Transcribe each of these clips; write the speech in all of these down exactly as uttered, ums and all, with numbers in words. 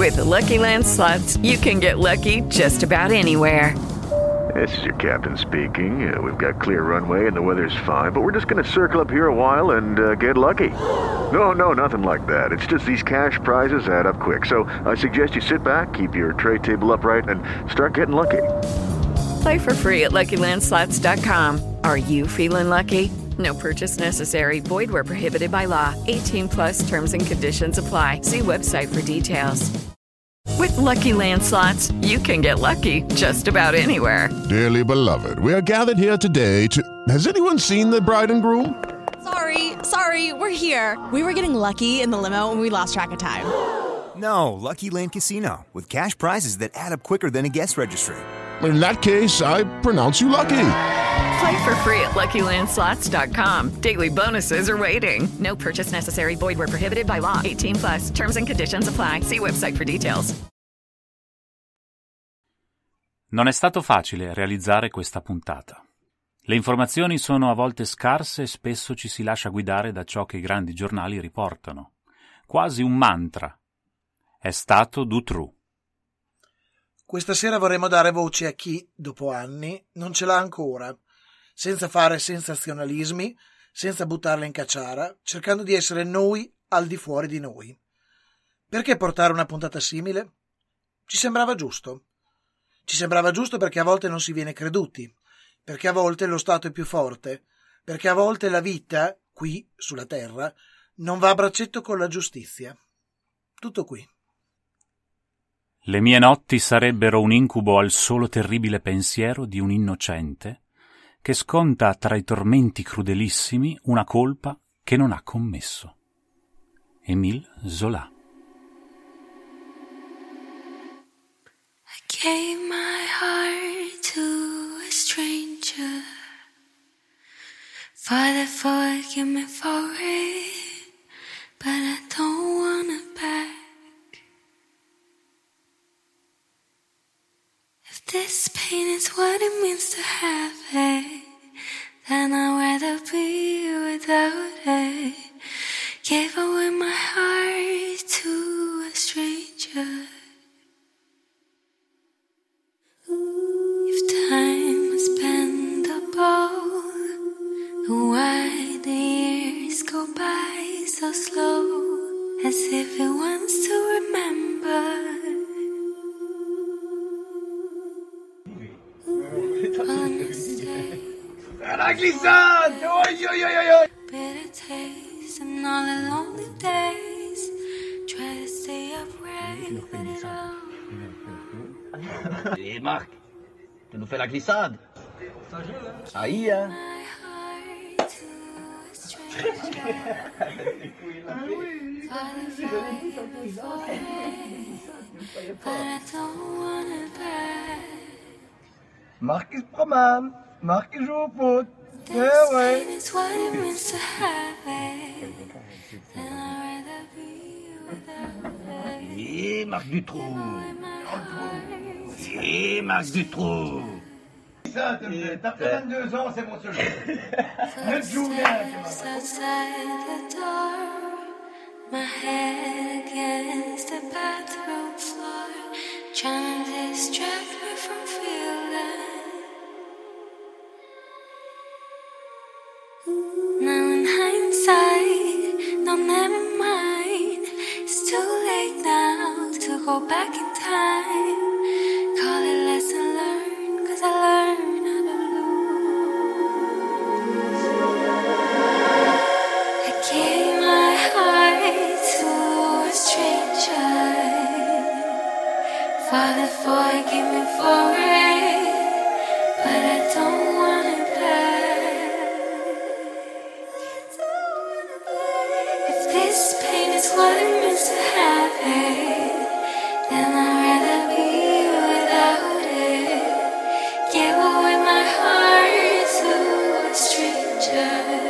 With Lucky Land Slots, you can get lucky just about anywhere. This is your captain speaking. Uh, we've got clear runway and the weather's fine, but we're just going to circle up here a while and uh, get lucky. No, no, nothing like that. It's just these cash prizes add up quick. So I suggest you sit back, keep your tray table upright, and start getting lucky. Play for free at Lucky Land Slots dot com. Are you feeling lucky? No purchase necessary. Void where prohibited by law. eighteen plus terms and conditions apply. See website for details. With Lucky Land Slots, you can get lucky just about anywhere. Dearly beloved, we are gathered here today to... Has anyone seen the bride and groom? Sorry, sorry, we're here. We were getting lucky in the limo and we lost track of time. No, Lucky Land Casino, with cash prizes that add up quicker than a guest registry. In that case, I pronounce you lucky. Play for free at Lucky Land Slots dot com. Daily bonuses are waiting. No purchase necessary. Void where prohibited by law. eighteen plus. Terms and conditions apply. See website for details. Non è stato facile realizzare questa puntata. Le informazioni sono a volte scarse e spesso ci si lascia guidare da ciò che i grandi giornali riportano. Quasi un mantra. È stato Dutroux. Questa sera vorremmo dare voce a chi, dopo anni, non ce l'ha ancora, senza fare sensazionalismi, senza buttarla in cacciara, cercando di essere noi al di fuori di noi. Perché portare una puntata simile? Ci sembrava giusto. Ci sembrava giusto perché a volte non si viene creduti, perché a volte lo Stato è più forte, perché a volte la vita, qui, sulla terra, non va a braccetto con la giustizia. Tutto qui. Le mie notti sarebbero un incubo al solo terribile pensiero di un innocente che sconta tra i tormenti crudelissimi una colpa che non ha commesso. Émile Zola. I gave my heart to a stranger. Father, forgive me for it, but I don't want it back. If this pain is what it means to have it, then I'd rather be without it. Gave away my heart to a stranger. If time has been the bow, why the years go by so slow, as if it wants to remember. La glissade! Oi, oi, oi, oi! Bitter taste and all the lonely days. Try to stay upright with it all. Et Marc, tu nous fais la glissade? Ça y est, hein? Marc il se promène, Marc il joue au foot. Eh ouais. Et Marc Dutroux. Et Marc Dutroux. Ça, t'as fait vingt-deux ans, c'est bon ce jeu. Ne te joue bien. My head against the bathroom floor, trying to distract me from feeling. Now in hindsight, no, never mind. It's too late now to go back in time. Call it lesson learned, 'cause I learned how to lose. I gave my heart to a stranger. Father, forgive me for it, but I don't want it back. If this pain is what it means to have it, then I'd rather be without it. Give away my heart to a stranger.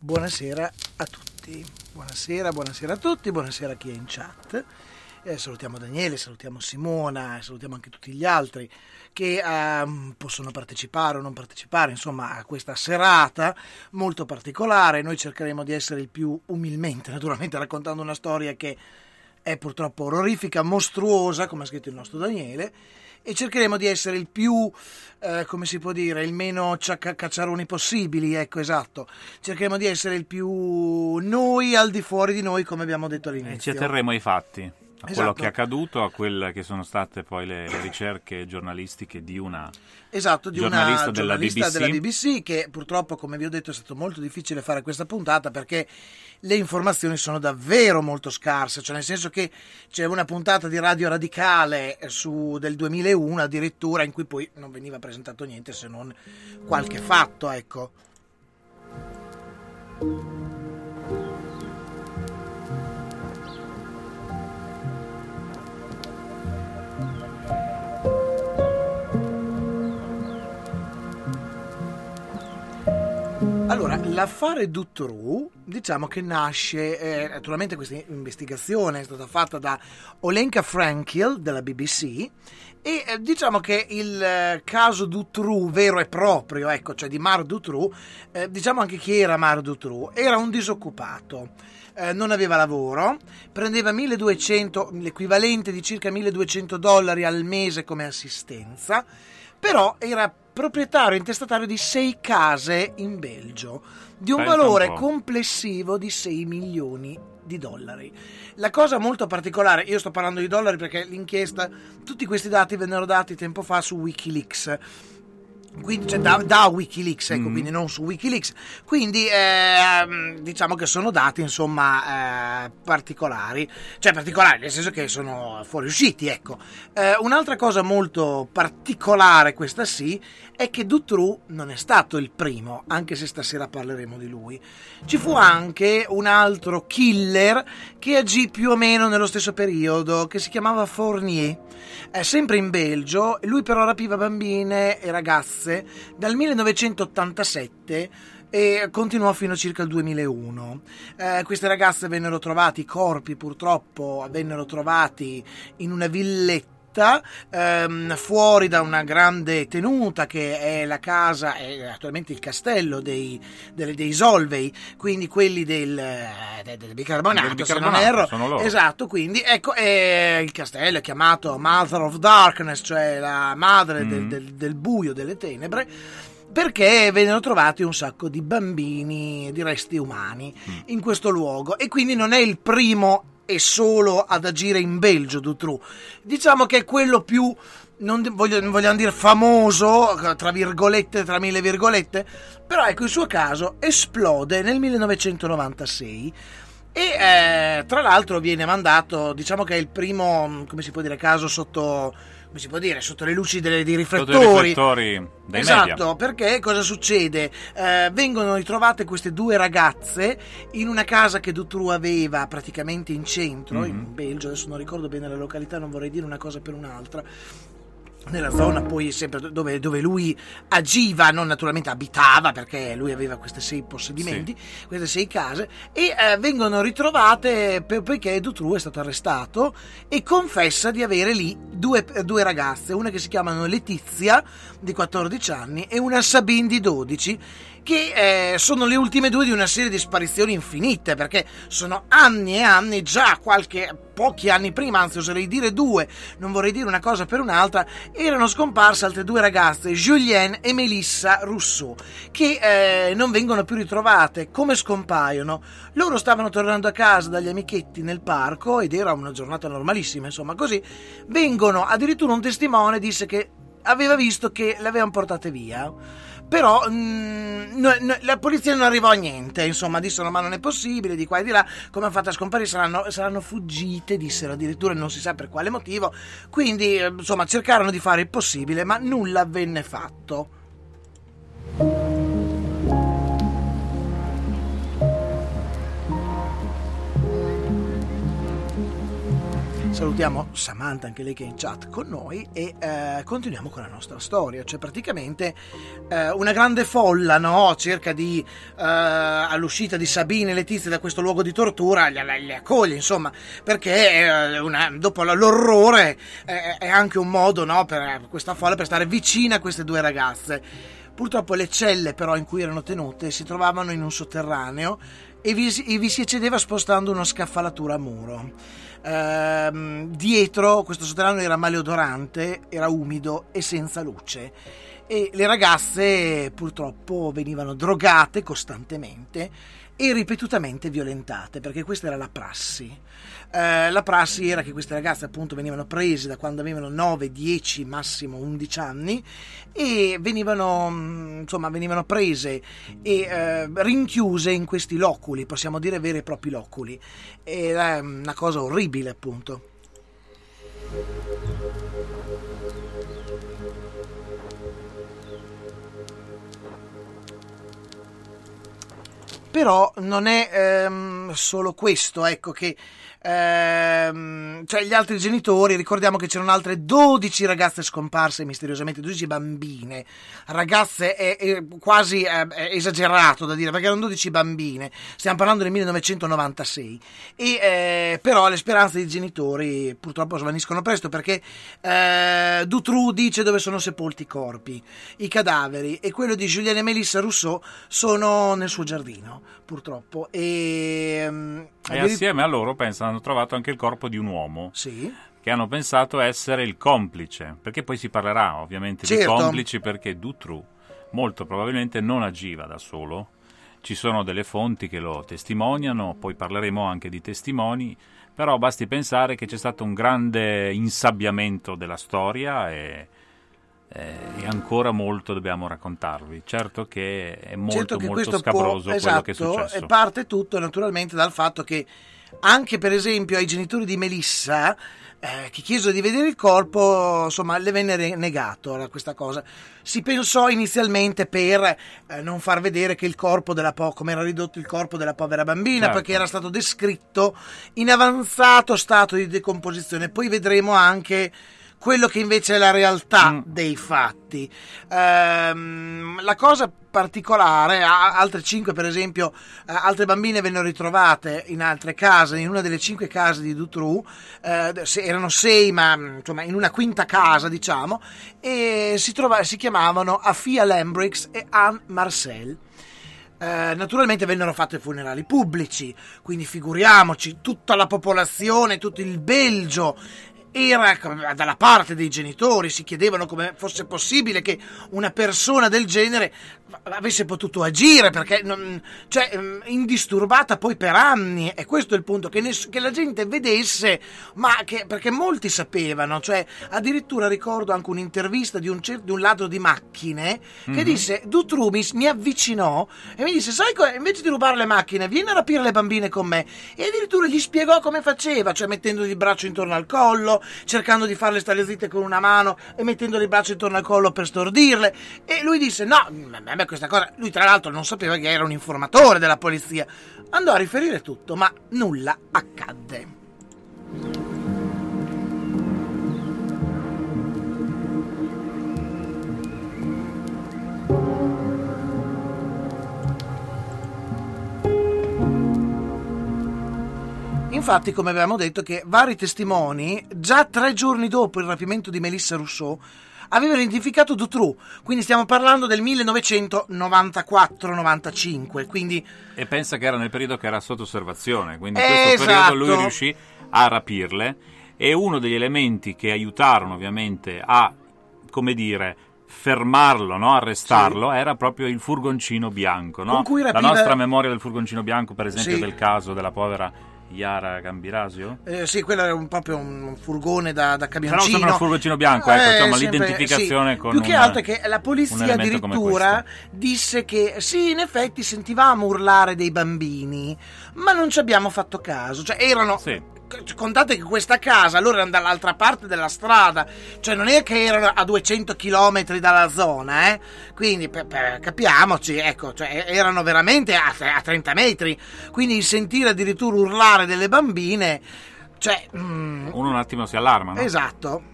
buonasera a tutti. Buonasera, buonasera a tutti, buonasera a chi è in chat. Eh, salutiamo Daniele, salutiamo Simona, salutiamo anche tutti gli altri che eh, possono partecipare o non partecipare, insomma, a questa serata molto particolare. Noi cercheremo di essere il più umilmente, naturalmente, raccontando una storia che è purtroppo orrorifica, mostruosa, come ha scritto il nostro Daniele, e cercheremo di essere il più, eh, come si può dire, il meno ciacca- cacciaroni possibili, ecco, esatto. Cercheremo di essere il più noi al di fuori di noi, come abbiamo detto all'inizio. E ci atterremo ai fatti. A quello Esatto. che è accaduto, a quelle che sono state poi le, le ricerche giornalistiche di una esatto, di giornalista, una della, giornalista B B C. della B B C, che purtroppo, come vi ho detto, è stato molto difficile fare questa puntata perché le informazioni sono davvero molto scarse, cioè nel senso che c'è una puntata di Radio Radicale su, del duemilauno addirittura, in cui poi non veniva presentato niente se non qualche fatto, ecco. Allora, l'affare Dutroux, diciamo che nasce, eh, naturalmente questa investigazione è stata fatta da Olenka Frankel della B B C e eh, diciamo che il eh, caso Dutroux vero e proprio, ecco, cioè di Marc Dutroux, eh, diciamo anche chi era Marc Dutroux, era un disoccupato. Eh, non aveva lavoro, prendeva milleduecento, l'equivalente di circa milleduecento dollari al mese come assistenza, però era proprietario intestatario di sei case in Belgio, di un Pensa valore un po'. complessivo di sei milioni di dollari. La cosa molto particolare, io sto parlando di dollari perché l'inchiesta, tutti questi dati vennero dati tempo fa su Wikileaks, quindi cioè da, da Wikileaks, ecco, mm. quindi non su Wikileaks, quindi eh, diciamo che sono dati insomma eh, particolari, cioè particolari nel senso che sono fuoriusciti, ecco. Eh, un'altra cosa molto particolare, questa sì, è che Dutroux non è stato il primo, anche se stasera parleremo di lui. Ci fu anche un altro killer che agì più o meno nello stesso periodo, che si chiamava Fournier, eh, sempre in Belgio. Lui però rapiva bambine e ragazze dal millenovecentottantasette e continuò fino a circa il duemilauno. Eh, queste ragazze vennero trovati, i corpi purtroppo vennero trovati in una villetta ehm, fuori da una grande tenuta che è la casa, è attualmente il castello dei, dei, dei Solvay, quindi quelli del, del, del bicarbonato, del se non bicarbonato, erro. sono loro. Esatto, quindi ecco, eh, il castello è chiamato Mother of Darkness, cioè la madre mm. del, del, del buio, delle tenebre, perché vennero trovati un sacco di bambini, di resti umani mm. in questo luogo, e quindi non è il primo e solo ad agire in Belgio Dutroux. Diciamo che è quello più, non voglio, non vogliamo dire famoso, tra virgolette, tra mille virgolette, però ecco, il suo caso esplode nel millenovecentonovantasei e eh, tra l'altro viene mandato, diciamo che è il primo, come si può dire, caso sotto, come si può dire, sotto le luci delle, dei riflettori. Sotto i riflettori dei esatto, media. Perché cosa succede? Eh, vengono ritrovate queste due ragazze in una casa che Dutroux aveva praticamente in centro, mm-hmm. in Belgio, adesso non ricordo bene la località, non vorrei dire una cosa per un'altra, nella zona poi sempre dove, dove lui agiva, non naturalmente abitava, perché lui aveva queste sei possedimenti, sì. queste sei case, e eh, vengono ritrovate per, perché Dutroux è stato arrestato e confessa di avere lì due, due ragazze, una che si chiamano Letizia di quattordici anni e una Sabine di dodici, che eh, sono le ultime due di una serie di sparizioni infinite, perché sono anni e anni, già qualche pochi anni prima, anzi oserei dire due, non vorrei dire una cosa per un'altra, erano scomparse altre due ragazze, Julienne e Melissa Rousseau, che eh, non vengono più ritrovate. Come scompaiono? Loro stavano tornando a casa dagli amichetti nel parco ed era una giornata normalissima, insomma, così vengono, addirittura un testimone disse che aveva visto che le avevano portate via, però mh, no, no, la polizia non arrivò a niente, insomma, dissero ma non è possibile, di qua e di là, come ha fatto a scomparire, saranno, saranno fuggite, dissero addirittura, non si sa per quale motivo, quindi insomma cercarono di fare il possibile, ma nulla venne fatto. Salutiamo Samantha, anche lei che è in chat con noi, e eh, continuiamo con la nostra storia. Cioè praticamente eh, una grande folla, no? Cerca di eh, all'uscita di Sabine e Letizia da questo luogo di tortura li, li accoglie, insomma, perché eh, una, dopo l'orrore eh, è anche un modo, no, per questa folla per stare vicina a queste due ragazze. Purtroppo le celle però in cui erano tenute si trovavano in un sotterraneo e vi, e vi si accedeva spostando una scaffalatura a muro. Uh, dietro questo sotterraneo era maleodorante, era umido e senza luce, e le ragazze purtroppo venivano drogate costantemente e ripetutamente violentate, perché questa era la prassi. Uh, la prassi era che queste ragazze appunto venivano prese da quando avevano nove, dieci, massimo undici anni, e venivano insomma venivano prese e uh, rinchiuse in questi loculi, possiamo dire veri e propri loculi. Era una cosa orribile, appunto. Però non è ehm, solo questo, ecco, che ehm, cioè gli altri genitori, ricordiamo che c'erano altre dodici ragazze scomparse misteriosamente, dodici bambine, ragazze è, è quasi è, è esagerato da dire, perché erano dodici bambine, stiamo parlando del millenovecentonovantasei, e eh, però le speranze dei genitori purtroppo svaniscono presto, perché eh, Dutroux dice dove sono sepolti i corpi, i cadaveri, e quello di Julienne e Mélissa Rousseau sono nel suo giardino, purtroppo, e, um, e assieme a loro pensano hanno trovato anche il corpo di un uomo, sì, che hanno pensato essere il complice, perché poi si parlerà ovviamente certo. di complici, perché Dutroux molto probabilmente non agiva da solo, ci sono delle fonti che lo testimoniano, poi parleremo anche di testimoni, però basti pensare che c'è stato un grande insabbiamento della storia e e ancora molto dobbiamo raccontarvi. Certo che è molto certo che molto scabroso può, quello esatto, che è successo. E parte tutto naturalmente dal fatto che anche per esempio ai genitori di Melissa eh, che chiesero di vedere il corpo, insomma, le venne negato questa cosa. Si pensò inizialmente per eh, non far vedere che il corpo della po- come era ridotto il corpo della povera bambina, certo, perché era stato descritto in avanzato stato di decomposizione. Poi vedremo anche quello che invece è la realtà mm. dei fatti. Ehm, la cosa particolare, altre cinque per esempio, altre bambine vennero ritrovate in altre case, in una delle cinque case di Dutroux, eh, erano sei ma insomma in una quinta casa diciamo, e si, trova, si chiamavano Afia Lambrix e Anne Marcel. Eh, naturalmente vennero fatti funerali pubblici, quindi figuriamoci, tutta la popolazione, tutto il Belgio era dalla parte dei genitori, si chiedevano come fosse possibile che una persona del genere avesse potuto agire, perché non, cioè indisturbata poi per anni, e questo è il punto, che, ness- che la gente vedesse, ma che, perché molti sapevano, cioè addirittura ricordo anche un'intervista di un, cer- di un ladro di macchine che mm-hmm. disse: Dutroux mi, mi avvicinò e mi disse, sai co- invece di rubare le macchine vieni a rapire le bambine con me, e addirittura gli spiegò come faceva, cioè mettendogli il braccio intorno al collo, cercando di farle stare zitte con una mano e mettendogli il braccio intorno al collo per stordirle, e lui disse no, a me questa cosa, lui tra l'altro non sapeva che era un informatore della polizia, andò a riferire tutto, ma nulla accadde. Infatti, come avevamo detto, che vari testimoni, già tre giorni dopo il rapimento di Mélissa Rousseau, avevano identificato Dutroux, quindi stiamo parlando del millenovecentonovantaquattro novantacinque, quindi... E pensa che era nel periodo che era sotto osservazione, quindi in esatto. questo periodo lui riuscì a rapirle, e uno degli elementi che aiutarono ovviamente a, come dire, fermarlo, no? Arrestarlo, sì, era proprio il furgoncino bianco, no? Con cui rapiva... La nostra memoria del furgoncino bianco, per esempio, sì, del caso della povera Yara Gambirasio? Eh, sì, quello era un, proprio un furgone da, da camioncino. Però sembra un furgoncino bianco, ecco, eh, insomma, sempre, l'identificazione sì. con Più che una, altro è che la polizia addirittura disse che sì, in effetti sentivamo urlare dei bambini, ma non ci abbiamo fatto caso, cioè erano... Sì. Contate che questa casa loro erano dall'altra parte della strada, cioè non è che erano a duecento chilometri dalla zona, eh? Quindi per, per, capiamoci, ecco, cioè erano veramente a, a trenta metri, quindi sentire addirittura urlare delle bambine cioè mm, uno un attimo si allarma, no? Esatto.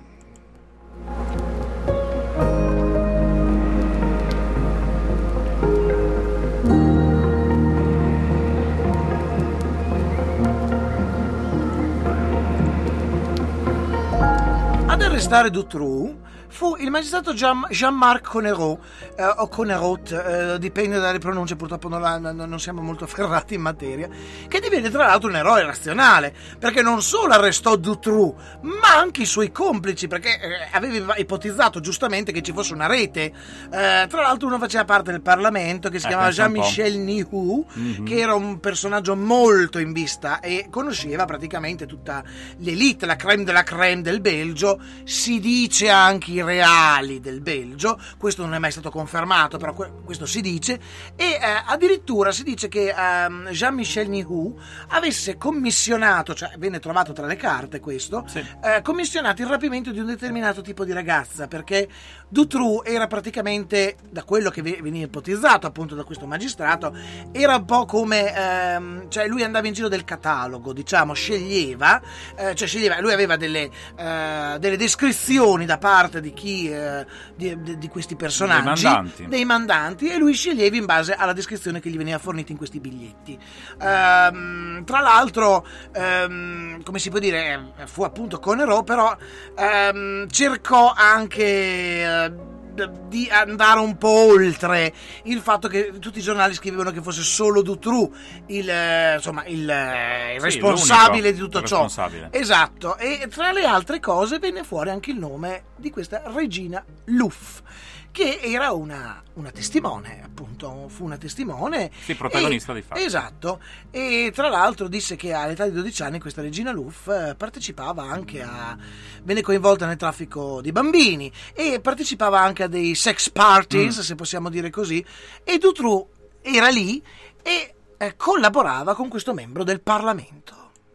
Ad arrestare Dutroux fu il magistrato Jean- Jean-Marc Connerot, eh, o Connerot, eh, dipende dalle pronunce, purtroppo non, la, non siamo molto ferrati in materia, che divenne tra l'altro un eroe razionale, perché non solo arrestò Dutroux, ma anche i suoi complici, perché eh, aveva ipotizzato giustamente che ci fosse una rete. Eh, tra l'altro uno faceva parte del Parlamento, che si eh, chiamava Jean-Michel Nihoux, mm-hmm. che era un personaggio molto in vista e conosceva praticamente tutta l'elite, la crème de la crème del Belgio, si dice anche reali del Belgio, questo non è mai stato confermato, però questo si dice, e eh, addirittura si dice che eh, Jean-Michel Nihoux avesse commissionato, cioè venne trovato tra le carte questo, sì. eh, commissionato il rapimento di un determinato tipo di ragazza, perché Dutroux era praticamente, da quello che veniva ipotizzato appunto da questo magistrato, era un po' come ehm, cioè lui andava in giro del catalogo, diciamo, sceglieva, eh, cioè sceglieva, lui aveva delle, eh, delle descrizioni da parte di chi eh, di, di, di questi personaggi, dei mandanti. dei mandanti, e lui sceglieva in base alla descrizione che gli veniva fornita in questi biglietti. Ehm, tra l'altro, ehm, come si può dire, fu appunto Connerot, però ehm, cercò anche eh, di andare un po' oltre il fatto che tutti i giornali scrivevano che fosse solo Dutroux il, insomma, il, il sì, responsabile di tutto ciò. Responsabile. Esatto, e tra le altre cose venne fuori anche il nome di questa Regina Louf, che era una, una testimone, appunto, fu una testimone. Sì, protagonista e, di fatto. Esatto, e tra l'altro disse che all'età di dodici anni questa Regina Louf partecipava anche a, venne coinvolta nel traffico di bambini e partecipava anche a dei sex parties, mm. se possiamo dire così, e Dutroux era lì e eh, collaborava con questo membro del Parlamento.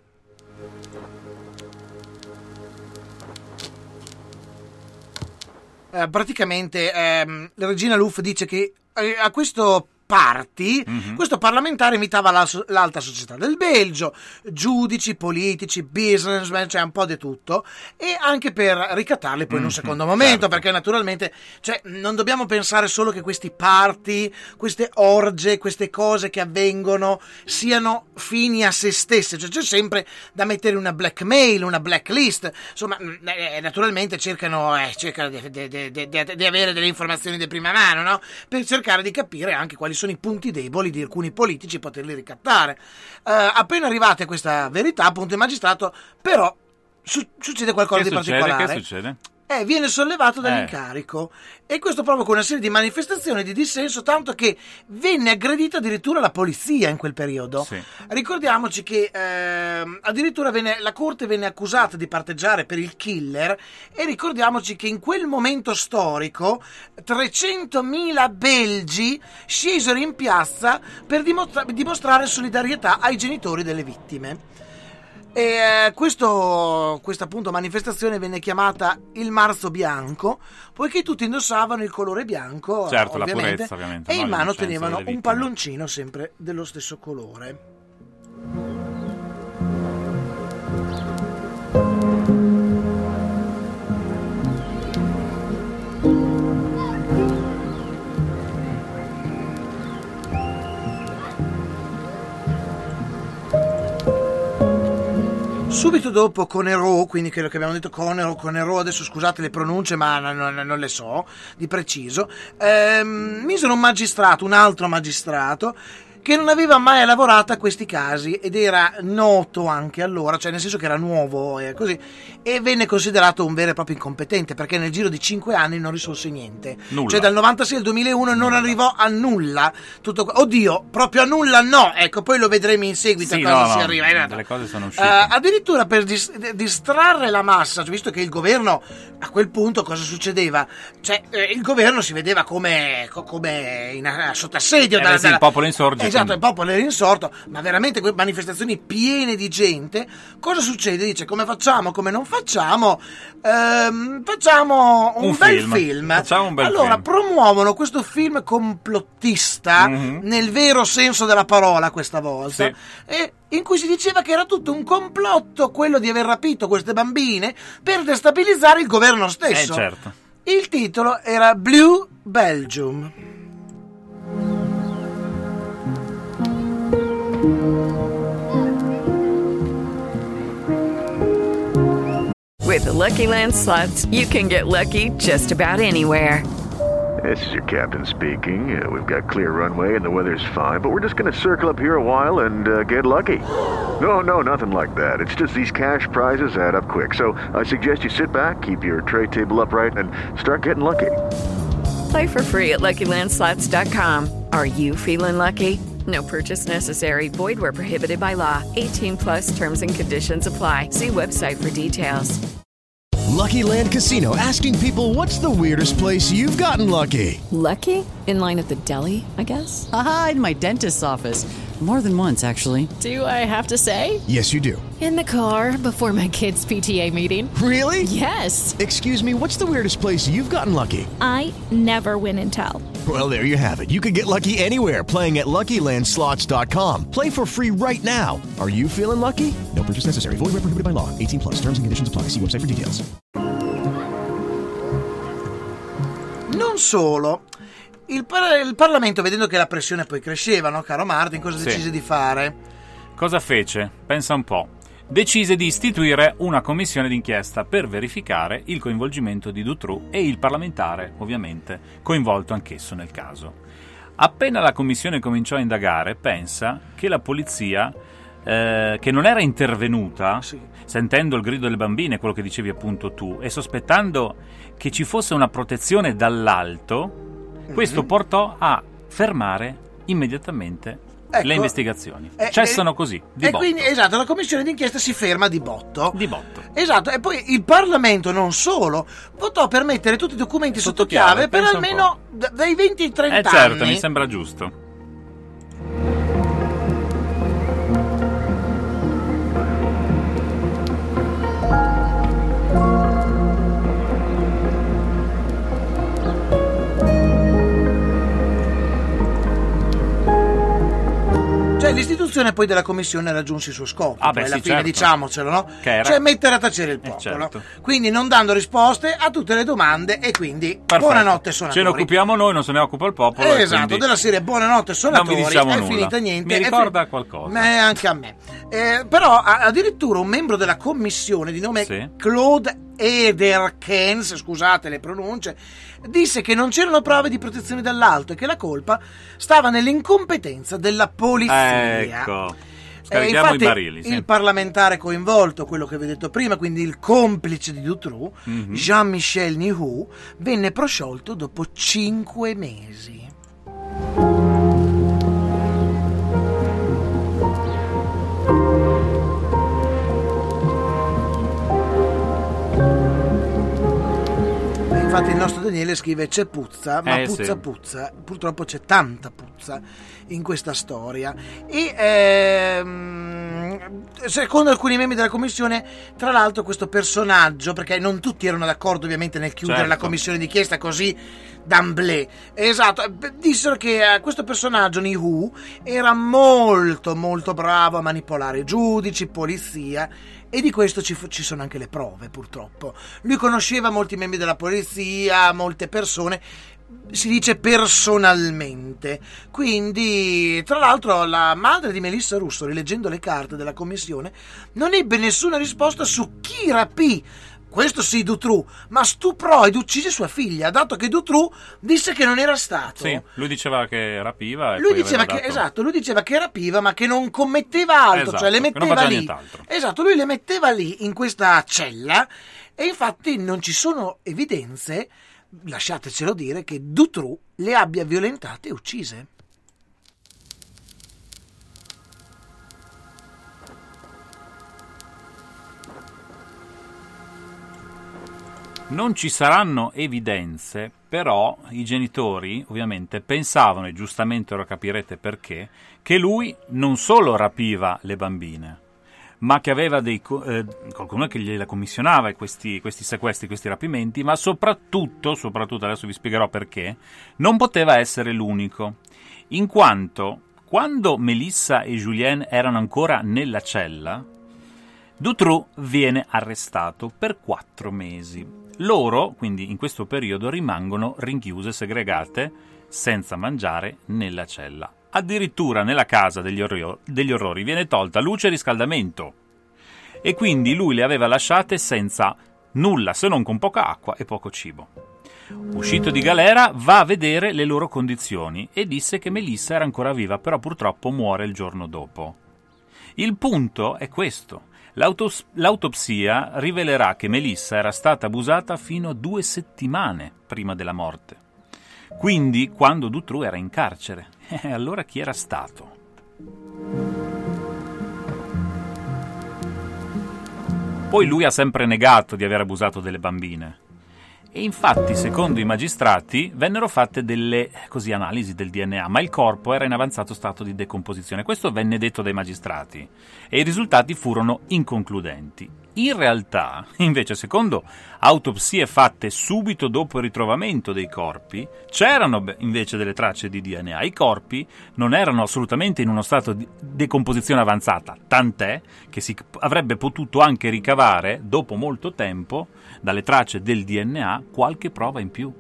Uh, praticamente um, la Regina Louf dice che uh, a questo party, mm-hmm. questo parlamentare invitava la, l'alta società del Belgio, giudici, politici, businessmen, cioè un po' di tutto, e anche per ricattarli poi mm-hmm. in un secondo momento, certo. Perché naturalmente, cioè, non dobbiamo pensare solo che questi party, queste orge, queste cose che avvengono siano fini a se stesse, cioè c'è sempre da mettere una blackmail, una blacklist, insomma, eh, naturalmente cercano, eh, cercano di, di, di, di, di avere delle informazioni di prima mano, no? Per cercare di capire anche quali sono i punti deboli di alcuni politici e poterli ricattare. Uh, appena arrivate a questa verità, appunto, il magistrato, però su- succede qualcosa che di succede? particolare. Che succede? Eh, viene sollevato dall'incarico eh. e questo provoca una serie di manifestazioni di dissenso, tanto che venne aggredita addirittura la polizia in quel periodo. Sì. Ricordiamoci che eh, addirittura venne, la corte venne accusata di parteggiare per il killer, e ricordiamoci che in quel momento storico trecentomila belgi scesero in piazza per dimostra- dimostrare solidarietà ai genitori delle vittime. E questo, questa appunto manifestazione venne chiamata il Marzo Bianco, poiché tutti indossavano il colore bianco, certo, ovviamente, la purezza, ovviamente, e no? in mano L'innocenza tenevano delle un vittime. palloncino sempre dello stesso colore. Subito dopo Connerot, quindi quello che abbiamo detto Connerot, Connerot, adesso scusate le pronunce ma non, non, non le so di preciso, ehm, misero un magistrato, un altro magistrato, che non aveva mai lavorato a questi casi ed era noto anche allora, cioè nel senso che era nuovo e così, e venne considerato un vero e proprio incompetente, perché nel giro di cinque anni non risolse niente. Nulla. Cioè dal novantasei al duemilauno non arrivò a nulla. Tutto, oddio, proprio a nulla no, ecco, poi lo vedremo in seguito sì, a cosa no, si no, arriva. Eh, delle cose sono uscite. Uh, addirittura per dis- distrarre la massa, cioè, visto che il governo a quel punto cosa succedeva? Cioè eh, il governo si vedeva come, come in, sotto assedio eh, da, sì, il popolo insorge. esatto, il popolo era insorto, ma veramente que- manifestazioni piene di gente. Cosa succede? Dice, come facciamo, come non facciamo? Ehm, facciamo un, Un bel film. film. Facciamo un bel allora, film. promuovono questo film complottista, Mhm. nel vero senso della parola questa volta, Sì. e in cui si diceva che era tutto un complotto, quello di aver rapito queste bambine per destabilizzare il governo Eh, stesso. certo. Il titolo era Blue Belgium. With the Lucky Land Slots, you can get lucky just about anywhere. This is your captain speaking. Uh, we've got clear runway and the weather's fine, but we're just going to circle up here a while and uh, get lucky. No, no, nothing like that. It's just these cash prizes add up quick. So I suggest you sit back, keep your tray table upright, and start getting lucky. Play for free at Lucky Land Slots dot com. Are you feeling lucky? No purchase necessary. Void where prohibited by law. eighteen plus terms and conditions apply. See website for details. Lucky Land Casino, asking people, what's the weirdest place you've gotten lucky? Lucky? In line at the deli, I guess? Aha, in my dentist's office. More than once, actually. Do I have to say? Yes, you do. In the car before my kids' P T A meeting. Really? Yes. Excuse me, what's the weirdest place you've gotten lucky? I never win and tell. Well, there you have it. You can get lucky anywhere, playing at Lucky Land Slots dot com. Play for free right now. Are you feeling lucky? No purchase necessary. Void where prohibited by law. eighteen plus. Terms and conditions apply. See website for details. Non solo. Il, par- il Parlamento, vedendo che la pressione poi cresceva, no, caro Martin, cosa Sì. decise di fare? Cosa fece? Pensa un po'. Decise di istituire una commissione d'inchiesta per verificare il coinvolgimento di Dutroux e il parlamentare, ovviamente, coinvolto anch'esso nel caso. Appena la commissione cominciò a indagare, pensa che la polizia, eh, che non era intervenuta, Sì. sentendo il grido delle bambine, quello che dicevi appunto tu, e sospettando che ci fosse una protezione dall'alto, questo Mhm. portò a fermare immediatamente Ecco. le investigazioni. Eh, Cessano eh, così, di e botto. quindi, esatto, la commissione d'inchiesta si ferma di botto. Di botto. Esatto, e poi il Parlamento non solo votò per mettere tutti i documenti sotto, Sotto chiave, chiave, per pensa un almeno d- dai venti ai trenta Eh certo, anni. mi sembra giusto. Cioè l'istituzione poi della commissione raggiunse il suo scopo, Ah, beh, poi alla sì, fine certo. diciamocelo, no? Che era- Cioè mettere a tacere il Eh, popolo. certo. Quindi non dando risposte a tutte le domande e quindi Perfetto. buonanotte suonatori. Ce ne occupiamo noi, non se ne occupa il popolo. e Esatto, quindi della serie buonanotte suonatori, non vi diciamo è nulla. finita niente. Mi è ricorda fi- qualcosa. Beh, anche a me. Eh, però a- addirittura un membro della commissione di nome Sì. Claude Ederkens, scusate le pronunce, disse che non c'erano prove di protezione dall'alto e che la colpa stava nell'incompetenza della polizia. Ecco. Eh, Scarichiamo infatti i barili. Sì. il parlamentare coinvolto, quello che vi ho detto prima, quindi il complice di Dutroux, Mhm. Jean-Michel Nihoux, venne prosciolto dopo cinque mesi. E infatti il nostro Daniele scrive c'è puzza, ma Eh, puzza sì. puzza, purtroppo c'è tanta puzza in questa storia. E ehm, secondo alcuni membri della commissione, tra l'altro questo personaggio, perché non tutti erano d'accordo ovviamente nel chiudere Certo. la commissione d'inchiesta così d'amblè, esatto, dissero che eh, questo personaggio Nihoux era molto molto bravo a manipolare giudici, polizia, e di questo ci, fu- ci sono anche le prove, purtroppo. Lui conosceva molti membri della polizia, molte persone, si dice personalmente. Quindi, tra l'altro, la madre di Melissa Russo, rileggendo le carte della commissione, non ebbe nessuna risposta su chi rapì, questo sì, Dutroux, ma stuprò ed uccise sua figlia, dato che Dutroux disse che non era stato. Sì, lui diceva che rapiva e Lui poi diceva aveva che, dato- esatto, lui diceva che rapiva ma che non commetteva altro, Esatto, cioè le che non metteva faceva lì. nient'altro. Esatto, lui le metteva lì in questa cella e infatti non ci sono evidenze, lasciatecelo dire, che Dutroux le abbia violentate e uccise. Non ci saranno evidenze però i genitori ovviamente pensavano, e giustamente ora capirete perché, che lui non solo rapiva le bambine, ma che aveva dei, eh, qualcuno che gliela commissionava questi, questi sequestri, questi rapimenti, ma soprattutto, soprattutto, adesso vi spiegherò perché, non poteva essere l'unico, in quanto quando Melissa e Julien erano ancora nella cella, Dutroux viene arrestato per quattro mesi. Loro, quindi in questo periodo, rimangono rinchiuse, segregate, senza mangiare nella cella. Addirittura nella casa degli, orri- degli orrori viene tolta luce e riscaldamento, e quindi lui le aveva lasciate senza nulla se non con poca acqua e poco cibo. Uscito di galera va a vedere le loro condizioni e disse che Melissa era ancora viva, però purtroppo muore il giorno dopo. Il punto è questo: L'autos- l'autopsia rivelerà che Melissa era stata abusata fino a due settimane prima della morte. Quindi quando Dutroux era in carcere. E allora chi era stato? Poi lui ha sempre negato di aver abusato delle bambine. E infatti, secondo i magistrati, vennero fatte delle così analisi del D N A, ma il corpo era in avanzato stato di decomposizione. Questo venne detto dai magistrati e i risultati furono inconcludenti. In realtà, invece, secondo autopsie fatte subito dopo il ritrovamento dei corpi, c'erano invece delle tracce di D N A. I corpi non erano assolutamente in uno stato di decomposizione avanzata, tant'è che si avrebbe potuto anche ricavare, dopo molto tempo, dalle tracce del D N A qualche prova in più.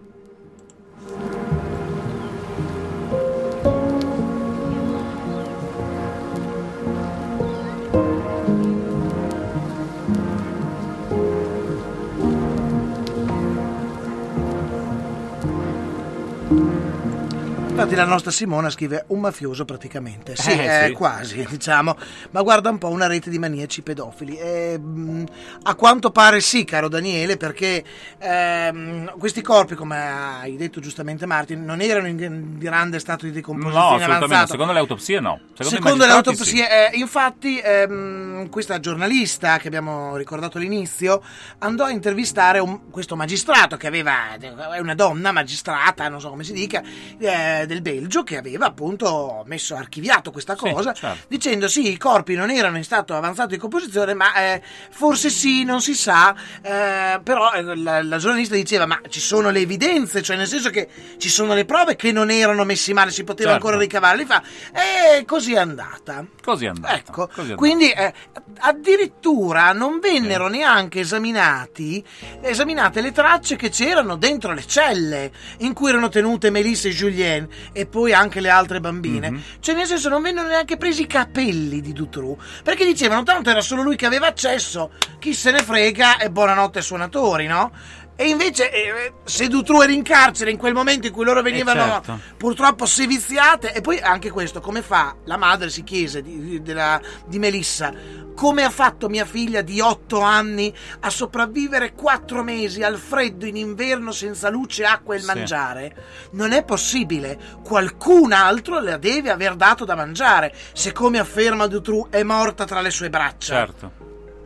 Infatti la nostra Simona scrive un mafioso praticamente, sì, Eh, eh, sì. quasi, diciamo, ma guarda un po', una rete di maniaci pedofili. E, mh, a quanto pare sì, caro Daniele, perché ehm, questi corpi, come hai detto giustamente Martin, non erano in grande stato di No, decomposizione assolutamente. avanzato. Secondo le autopsie no. Secondo, Secondo i le magistrati autopsie, sì. eh, infatti, ehm, questa giornalista che abbiamo ricordato all'inizio andò a intervistare un- questo magistrato che aveva, è una donna magistrata, non so come si dica, eh, del Belgio, che aveva appunto messo archiviato questa Sì, cosa, certo. dicendo sì, i corpi non erano in stato avanzato di composizione, ma eh, forse sì, non si sa, eh, però eh, la, la giornalista diceva ma ci sono le evidenze, cioè nel senso che ci sono le prove che non erano messi male, si poteva Certo. ancora ricavare, li fa, e così è andata. Così è andata. Ecco, Così è andata. quindi eh, addirittura non vennero neanche esaminati esaminate le tracce che c'erano dentro le celle in cui erano tenute Melissa e Julien e poi anche le altre bambine. Mhm. Cioè nel senso non vennero neanche presi i capelli di Dutroux, perché dicevano tanto era solo lui che aveva accesso, chi se ne frega e buonanotte ai suonatori, no? E invece eh, se Dutroux era in carcere in quel momento in cui loro venivano certo. purtroppo seviziate, e poi anche questo, come fa? La madre si chiese di, di, della, di Melissa, come ha fatto mia figlia di otto anni a sopravvivere quattro mesi al freddo in inverno senza luce, acqua e il Sì. mangiare? Non è possibile, qualcun altro le deve aver dato da mangiare, se come afferma Dutroux è morta tra le sue braccia. Certo.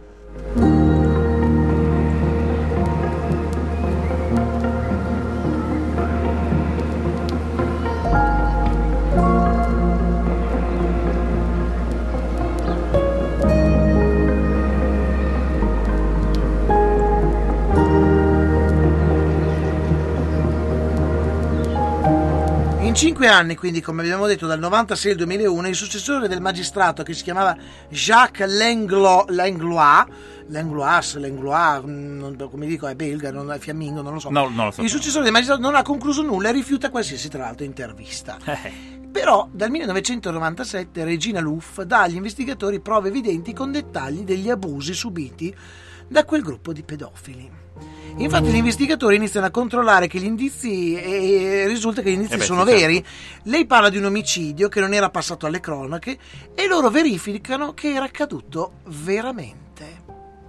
In cinque anni, quindi, come abbiamo detto, dal novantasei al duemilauno, il successore del magistrato, che si chiamava Jacques Langlois, Langlois, Langlois, Langlois, non- come dico, è belga, non è fiammingo, non lo so. No, non lo so. Il successore del magistrato non ha concluso nulla e rifiuta qualsiasi, tra l'altro, intervista. Eh. Però dal millenovecentonovantasette Regina Luff dà agli investigatori prove evidenti con dettagli degli abusi subiti da quel gruppo di pedofili. Infatti gli investigatori iniziano a controllare che gli indizi e risulta che gli indizi Eh beh, sono sì, veri. Lei parla di un omicidio che non era passato alle cronache e loro verificano che era accaduto veramente.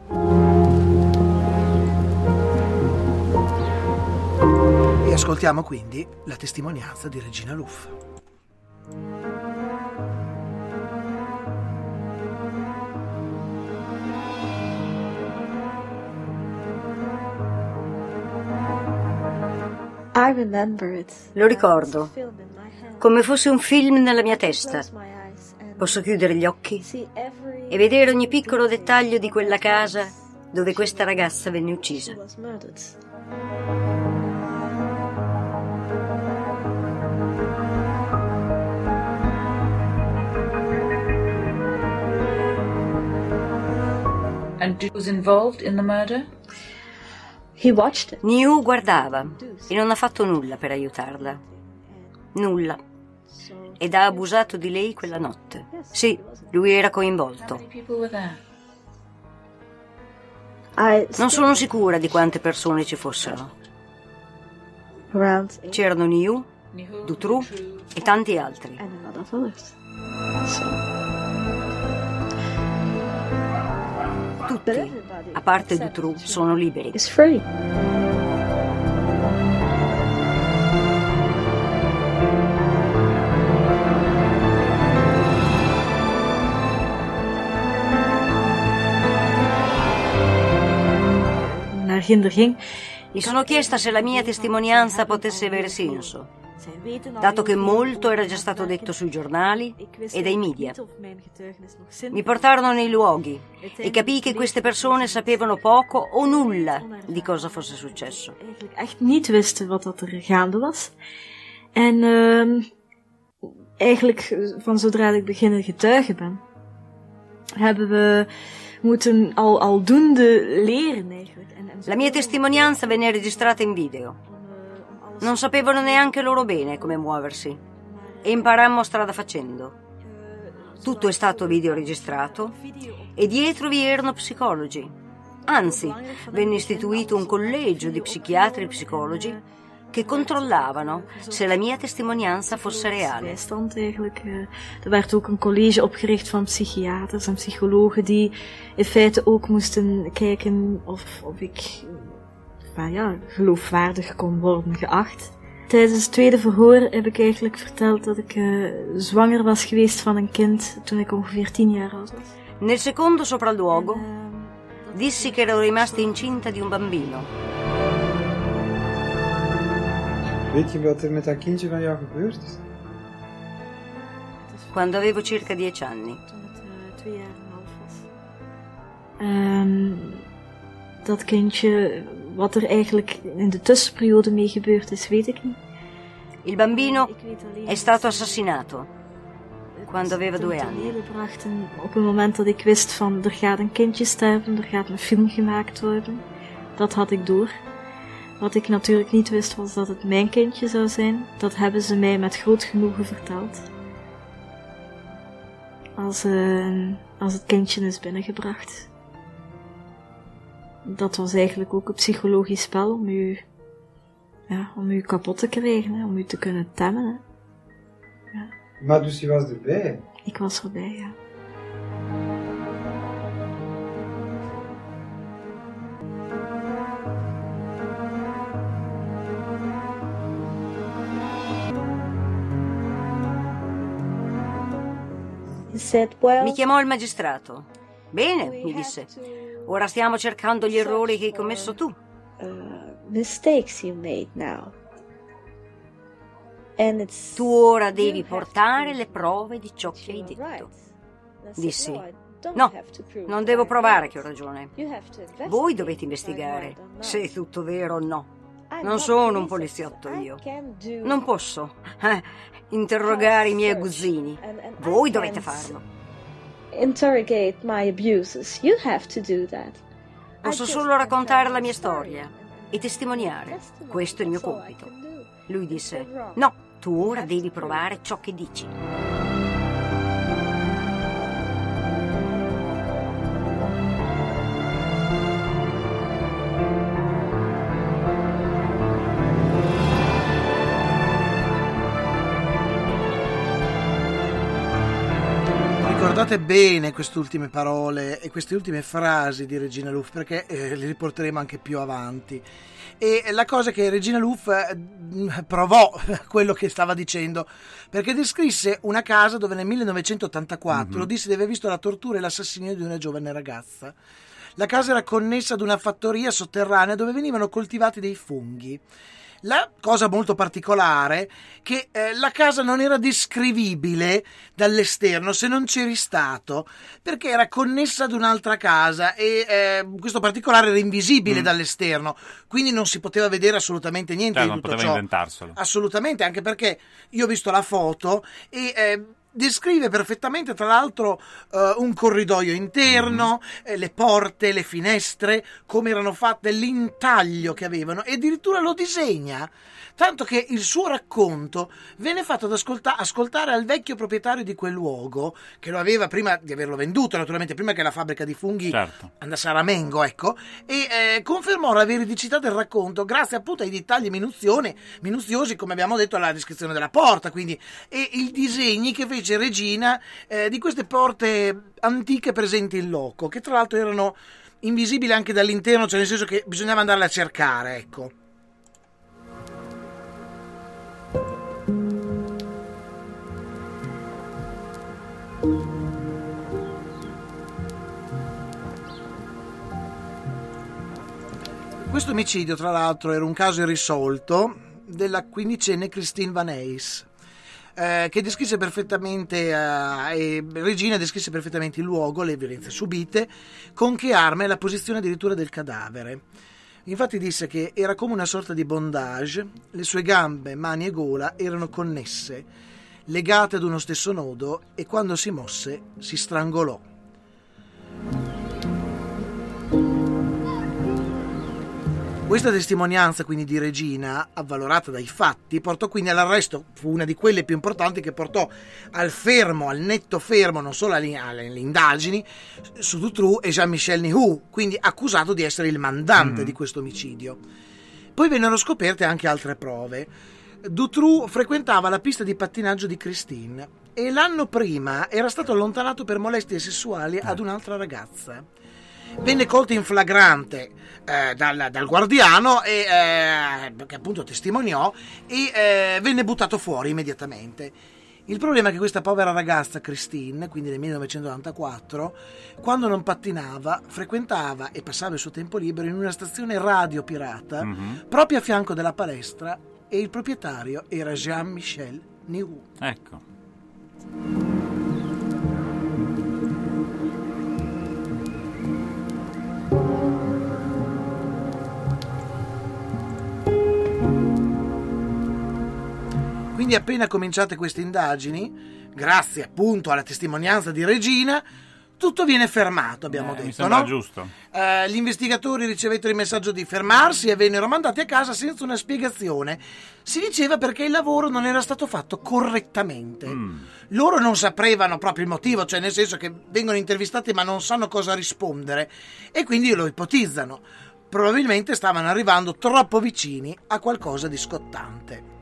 E ascoltiamo quindi la testimonianza di Regina Luff. Lo ricordo, come fosse un film nella mia testa. Posso chiudere gli occhi e vedere ogni piccolo dettaglio di quella casa dove questa ragazza venne uccisa. And was involved in the murder? Niu guardava e non ha fatto nulla per aiutarla. Nulla. Ed ha abusato di lei quella notte. Sì, lui era coinvolto. Non sono sicura di quante persone ci fossero. C'erano Niu, Dutroux e tanti altri. Tutti, a parte Dutroux, sono liberi. Mi sono chiesta se la mia testimonianza potesse avere senso, dato che molto era già stato detto sui giornali e dai media. Mi portarono nei luoghi e capii che queste persone sapevano poco o nulla di cosa fosse successo. Echt niet wisten wat dat er gaande was. En uh, eigenlijk van zodra ik beginnen getuigen ben, hebben we moeten al aldoende leren eigenlijk. La mia testimonianza venne registrata in video. Non sapevano neanche loro bene come muoversi e imparammo strada facendo. Tutto è stato videoregistrato e dietro vi erano psicologi. Anzi, venne istituito un collegio di psichiatri e psicologi che controllavano se la mia testimonianza fosse reale. Er werd ook een college opgericht van psychiaters en psychologen die in feite ook moesten kijken of, of ik nou ja, geloofwaardig kon worden geacht. Tijdens het tweede verhoor heb ik eigenlijk verteld dat ik uh, zwanger was geweest van een kind toen ik ongeveer tien jaar oud was. Nel secondo sopralluogo dissi che ero rimasta incinta di un bambino. Weet je wat er met dat kindje van jou gebeurd is? Quando avevo circa dieci anni. Toen het uh, twee jaar en een half was. Um, dat kindje, wat er eigenlijk in de tussenperiode mee gebeurd is, weet ik niet. Il bambino è stato assassinato quando aveva due anni. Brachten op het moment dat ik wist van er gaat een kindje sterven, er gaat een film gemaakt worden. Dat had ik door. Wat ik natuurlijk niet wist was dat het mijn kindje zou zijn. Dat hebben ze mij met groot genoegen verteld. Als, uh, als het kindje is binnengebracht. Dat was eigenlijk ook een psychologisch spel om u, ja, om u kapot te krijgen, hè, om u te kunnen temmen. Hè. Ja. Maar dus je was erbij? Ik was erbij, ja. Mi chiamò il magistrato. Bene, mi disse. Ora stiamo cercando gli errori che hai commesso tu. Tu ora devi portare le prove di ciò che hai detto. Dissi. No, non devo provare che ho ragione. Voi dovete investigare se è tutto vero o no. Non sono un poliziotto io. Non posso eh, interrogare i miei aguzzini. Voi dovete farlo. Interrogate my abuses. You have to do that. Posso solo raccontare la mia storia e testimoniare. Questo è il mio compito. Lui disse: no, tu ora devi provare ciò che dici. Ricordate bene queste ultime parole e queste ultime frasi di Regina Louf, perché eh, le riporteremo anche più avanti. E la cosa è che Regina Louf eh, provò quello che stava dicendo, perché descrisse una casa dove nel millenovecentottantaquattro mm-hmm. disse di aver visto la tortura e l'assassinio di una giovane ragazza. La casa era connessa ad una fattoria sotterranea dove venivano coltivati dei funghi. La cosa molto particolare è che eh, la casa non era descrivibile dall'esterno se non c'eri stato, perché era connessa ad un'altra casa e eh, questo particolare era invisibile mm. dall'esterno, quindi non si poteva vedere assolutamente niente cioè, di tutto non ciò. poteva inventarselo. Assolutamente, anche perché io ho visto la foto e eh, descrive perfettamente, tra l'altro, uh, un corridoio interno, mm. eh, le porte, le finestre, come erano fatte, l'intaglio che avevano, e addirittura lo disegna, tanto che il suo racconto venne fatto ad ascolta- ascoltare al vecchio proprietario di quel luogo, che lo aveva prima di averlo venduto, naturalmente, prima che la fabbrica di funghi certo. andasse a ramengo, ecco, e eh, confermò la veridicità del racconto grazie appunto ai dettagli minuzione, minuziosi, come abbiamo detto, alla descrizione della porta, quindi, e i disegni che fece Regina eh, di queste porte antiche presenti in loco, che tra l'altro erano invisibili anche dall'interno, cioè nel senso che bisognava andarle a cercare, ecco. Questo omicidio, tra l'altro, era un caso irrisolto della quindicenne Christine Van Hees, eh, che descrisse perfettamente, eh, e Regina descrisse perfettamente il luogo, le violenze subite, con che arma e la posizione addirittura del cadavere. Infatti disse che era come una sorta di bondage, le sue gambe, mani e gola erano connesse, legate ad uno stesso nodo, e quando si mosse si strangolò. Questa testimonianza quindi di Regina, avvalorata dai fatti, portò quindi all'arresto, fu una di quelle più importanti che portò al fermo, al netto fermo, non solo alle, alle indagini, su Dutroux e Jean-Michel Nihoul, quindi accusato di essere il mandante mm. di questo omicidio. Poi vennero scoperte anche altre prove. Dutroux frequentava la pista di pattinaggio di Christine e l'anno prima era stato allontanato per molestie sessuali ad un'altra ragazza. Venne colto in flagrante eh, dal, dal guardiano e, eh, che appunto testimoniò, e eh, venne buttato fuori immediatamente. Il problema è che questa povera ragazza Christine, quindi nel millenovecentonovantaquattro, quando non pattinava, frequentava e passava il suo tempo libero in una stazione radio pirata mm-hmm. proprio a fianco della palestra, e il proprietario era Jean-Michel Nihoul. Ecco. Quindi appena cominciate queste indagini, grazie appunto alla testimonianza di Regina, tutto viene fermato, abbiamo eh, detto, mi sembra no? giusto. Eh, gli investigatori ricevettero il messaggio di fermarsi e vennero mandati a casa senza una spiegazione. Si diceva perché il lavoro non era stato fatto correttamente. Mm. Loro non sapevano proprio il motivo, cioè nel senso che vengono intervistati ma non sanno cosa rispondere, e quindi lo ipotizzano. Probabilmente stavano arrivando troppo vicini a qualcosa di scottante.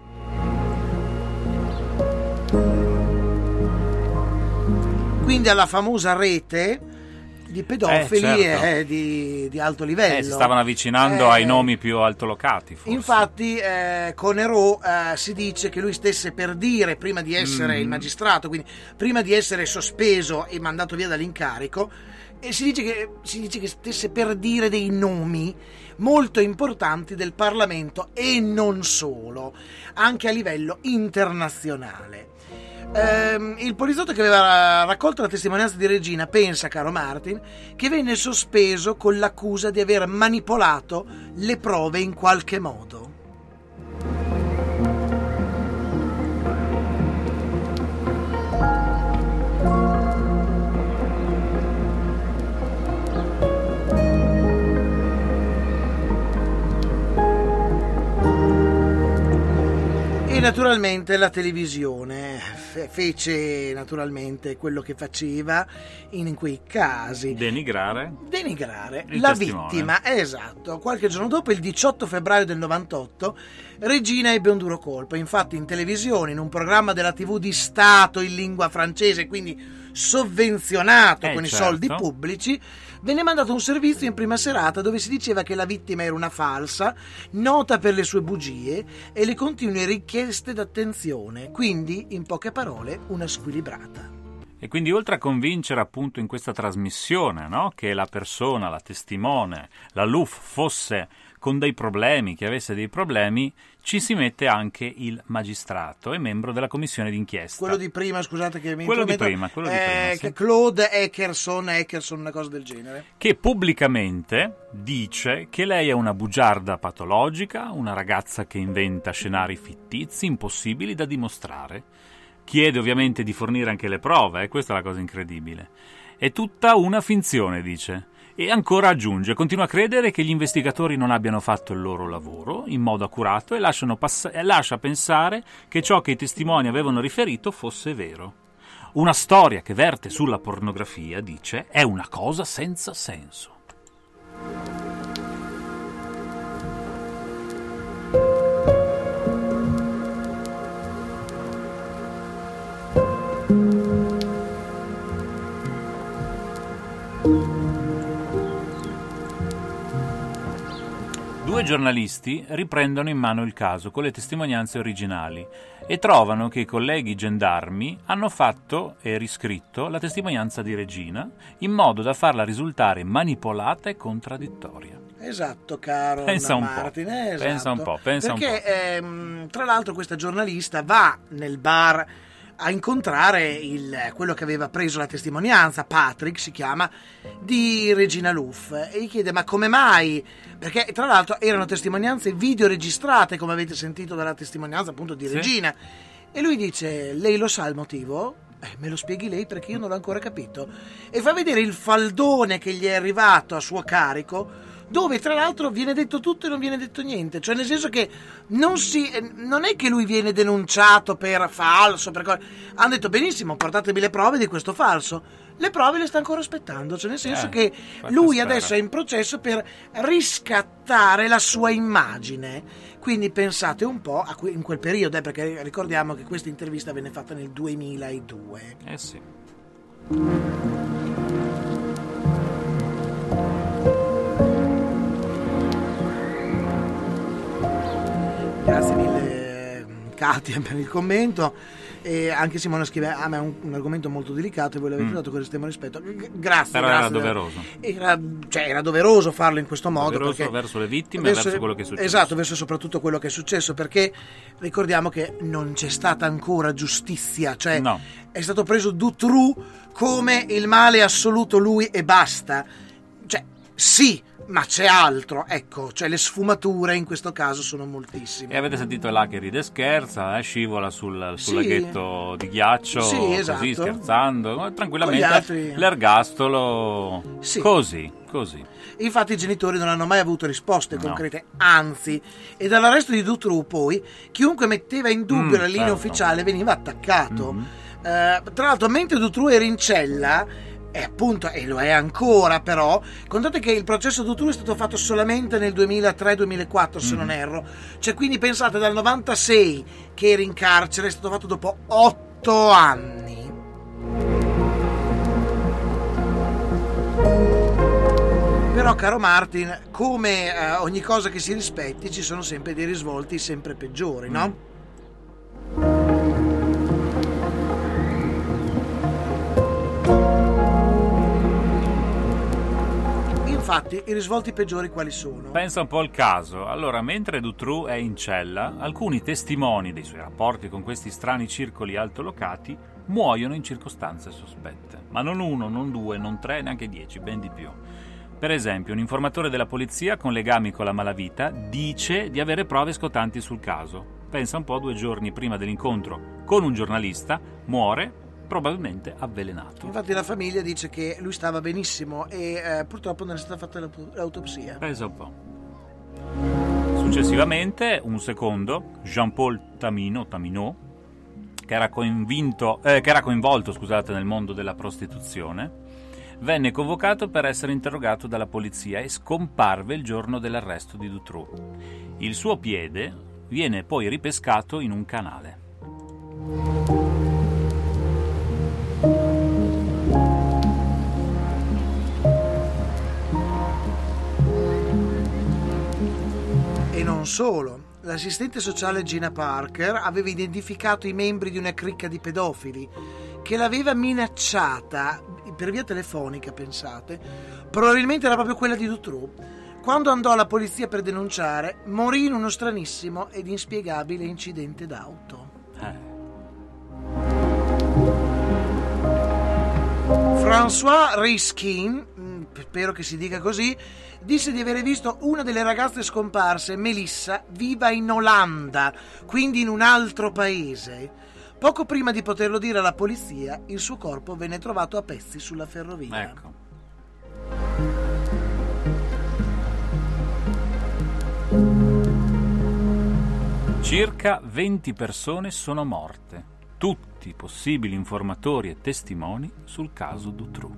Quindi alla famosa rete di pedofili eh, certo. eh, di, di alto livello. Eh, si stavano avvicinando eh, ai nomi più altolocati, forse. Infatti eh, con Hérault eh, si dice che lui stesse per dire, prima di essere mm. il magistrato, quindi prima di essere sospeso e mandato via dall'incarico, e si dice che, si dice che stesse per dire dei nomi molto importanti del Parlamento, e non solo, anche a livello internazionale. Eh, il poliziotto che aveva raccolto la testimonianza di Regina pensa, caro Martin, che venne sospeso con l'accusa di aver manipolato le prove in qualche modo. E naturalmente la televisione fece naturalmente quello che faceva in quei casi. Denigrare. Denigrare il la testimone. vittima, esatto. Qualche giorno dopo, il diciotto febbraio del novantotto, Regina ebbe un duro colpo. Infatti in televisione, in un programma della tivù di Stato in lingua francese, quindi sovvenzionato eh, con certo. i soldi pubblici, venne mandato un servizio in prima serata dove si diceva che la vittima era una falsa, nota per le sue bugie e le continue richieste d'attenzione, quindi, in poche parole, una squilibrata. E quindi, oltre a convincere appunto in questa trasmissione, no, che la persona, la testimone, la L U F fosse con dei problemi, che avesse dei problemi, ci si mette anche il magistrato e membro della commissione d'inchiesta. Quello di prima, scusate che mi quello di prima, quello di prima, eh, sì. Claude Eckerson, Eckerson, una cosa del genere. Che pubblicamente dice che lei è una bugiarda patologica, una ragazza che inventa scenari fittizi, impossibili da dimostrare. Chiede ovviamente di fornire anche le prove, e eh, questa è la cosa incredibile. È tutta una finzione, dice. E ancora aggiunge, continua a credere che gli investigatori non abbiano fatto il loro lavoro in modo accurato e, lasciano pass- e lascia pensare che ciò che i testimoni avevano riferito fosse vero. Una storia che verte sulla pornografia, dice, è una cosa senza senso. Due giornalisti riprendono in mano il caso con le testimonianze originali e trovano che i colleghi gendarmi hanno fatto e riscritto la testimonianza di Regina in modo da farla risultare manipolata e contraddittoria. Esatto, caro pensa un Martin, po', esatto. pensa un po', pensa perché, un po'. Ehm, tra l'altro questa giornalista va nel bar a incontrare il, quello che aveva preso la testimonianza, Patrick si chiama, di Regina Luff, e gli chiede ma come mai, perché tra l'altro erano testimonianze video registrate, come avete sentito dalla testimonianza appunto di Sì. Regina, e lui dice lei lo sa il motivo? Eh, me lo spieghi lei perché io non l'ho ancora capito, e fa vedere il faldone che gli è arrivato a suo carico, dove tra l'altro viene detto tutto e non viene detto niente, cioè nel senso che non si non è che lui viene denunciato per falso, per co- hanno detto benissimo, portatemi le prove di questo falso, le prove le sta ancora aspettando, cioè nel senso Eh, che lui adesso è in processo per riscattare la sua immagine, quindi pensate un po' a que- in quel periodo, eh, perché ricordiamo che questa intervista venne fatta nel duemiladue. Eh sì. Grazie mille Katia per il commento, e anche Simona scrive a me è un, un argomento molto delicato e voi l'avete Mm. dato con estremo rispetto. G- grazie, Però grazie. era doveroso. Era, cioè, era doveroso farlo in questo modo, Doveroso perché verso le vittime e verso quello che è successo. Esatto, verso soprattutto quello che è successo, perché ricordiamo che non c'è stata ancora giustizia, cioè No. è stato preso Dutroux come il male assoluto, lui e basta, cioè sì, ma c'è altro, ecco, cioè le sfumature in questo caso sono moltissime. E avete sentito là che ride e scherza, eh, scivola sul, sul Sì. laghetto di ghiaccio, Sì, così esatto. scherzando, tranquillamente, Con gli altri. l'ergastolo, Sì. così, così. Infatti i genitori non hanno mai avuto risposte No. concrete, anzi, e dall'arresto di Dutroux poi chiunque metteva in dubbio Mm, la linea certo. ufficiale veniva attaccato. Mhm. Eh, tra l'altro, mentre Dutroux era in cella, e appunto, e lo è ancora però, contate che il processo Dutroux è stato fatto solamente nel duemilatré duemilaquattro se Mhm. non erro, cioè quindi pensate dal novantasei che era in carcere, è stato fatto dopo otto anni. Però caro Martin, come eh, ogni cosa che si rispetti ci sono sempre dei risvolti sempre peggiori, no? Infatti, i risvolti peggiori quali sono? Pensa un po' al caso. Allora, mentre Dutroux è in cella, alcuni testimoni dei suoi rapporti con questi strani circoli altolocati muoiono in circostanze sospette. Ma non uno, non due, non tre, neanche dieci, ben di più. Per esempio, un informatore della polizia con legami con la malavita dice di avere prove scottanti sul caso. Pensa un po', due giorni prima dell'incontro con un giornalista, muore probabilmente avvelenato. Infatti la famiglia dice che lui stava benissimo e eh, purtroppo non è stata fatta l'aut- l'autopsia. Pensa un po'. Successivamente, un secondo, Jean-Paul Tamino, Taminot, che era, convinto, eh, che era coinvolto scusate, nel mondo della prostituzione, venne convocato per essere interrogato dalla polizia e scomparve il giorno dell'arresto di Dutroux. Il suo piede viene poi ripescato in un canale. E non solo. L'assistente sociale Gina Parker aveva identificato i membri di una cricca di pedofili che l'aveva minacciata per via telefonica, pensate. Probabilmente era proprio quella di Dutroux. quando andò alla polizia per denunciare, morì in uno stranissimo ed inspiegabile incidente d'auto. Eh. François Riskin, spero che si dica così, disse di avere visto una delle ragazze scomparse, Melissa, viva in Olanda, quindi in un altro paese. Poco prima di poterlo dire alla polizia, il suo corpo venne trovato a pezzi sulla ferrovia. Ecco. Circa venti persone sono morte, tutti possibili informatori e testimoni sul caso Dutroux.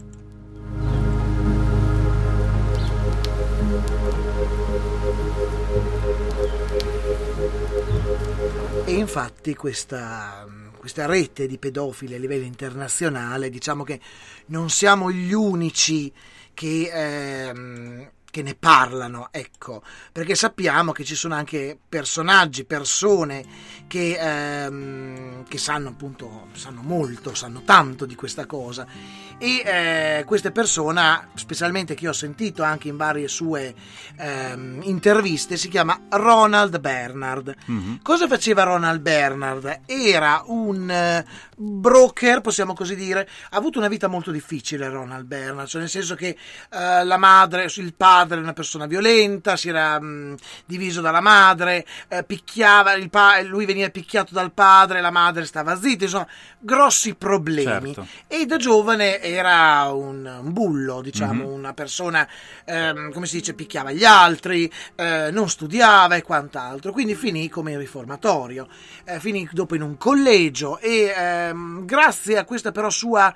E infatti questa, questa rete di pedofili a livello internazionale, diciamo che non siamo gli unici che... Ehm, che ne parlano, ecco, perché sappiamo che ci sono anche personaggi, persone che, ehm, che sanno appunto, sanno molto, sanno tanto di questa cosa, e eh, queste persone, specialmente che ho sentito anche in varie sue ehm, interviste, si chiama Ronald Bernard. Mm-hmm. Cosa faceva Ronald Bernard? Era un eh, broker, possiamo così dire, ha avuto una vita molto difficile Ronald Bernard, cioè nel senso che eh, la madre, il padre era una persona violenta, si era mh, diviso dalla madre, eh, picchiava il pa- lui veniva picchiato dal padre, la madre stava zitta, insomma grossi problemi. Certo. E da giovane era un, un bullo, diciamo, mm-hmm. una persona ehm, come si dice, picchiava gli altri, eh, non studiava e quant'altro, quindi finì come in riformatorio, eh, finì dopo in un collegio e ehm, grazie a questa però sua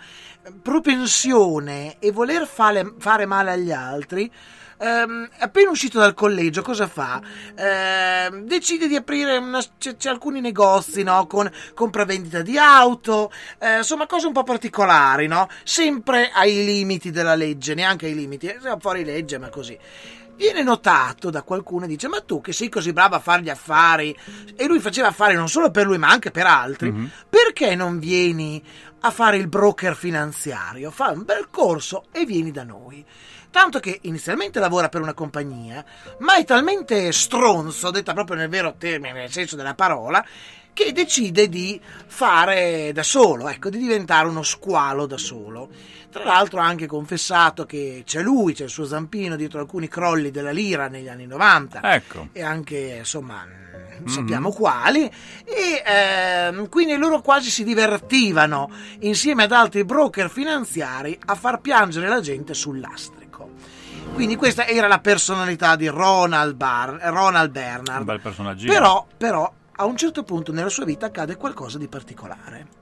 propensione e voler fare, fare male agli altri, Um, appena uscito dal collegio cosa fa? Uh, decide di aprire una, c'è, c'è alcuni negozi, no? Con compravendita di auto, uh, insomma cose un po' particolari, no? Sempre ai limiti della legge, neanche ai limiti, fuori legge, ma così. Viene notato da qualcuno e dice: ma tu che sei così bravo a fare gli affari, e lui faceva affari non solo per lui ma anche per altri, mm-hmm. perché non vieni a fare il broker finanziario? Fai un bel corso e vieni da noi. Tanto che inizialmente lavora per una compagnia, ma è talmente stronzo, detta proprio nel vero termine, nel senso della parola, che decide di fare da solo, ecco, di diventare uno squalo da solo. Tra l'altro ha anche confessato che c'è lui, c'è il suo zampino dietro alcuni crolli della lira negli anni novanta. Ecco. E anche, insomma, mm-hmm. sappiamo quali. E ehm, quindi loro quasi si divertivano, insieme ad altri broker finanziari, a far piangere la gente sul lastrico. Quindi questa era la personalità di Ronald, Bar- Ronald Bernard. Un bel personaggino. Però, però, a un certo punto nella sua vita accade qualcosa di particolare.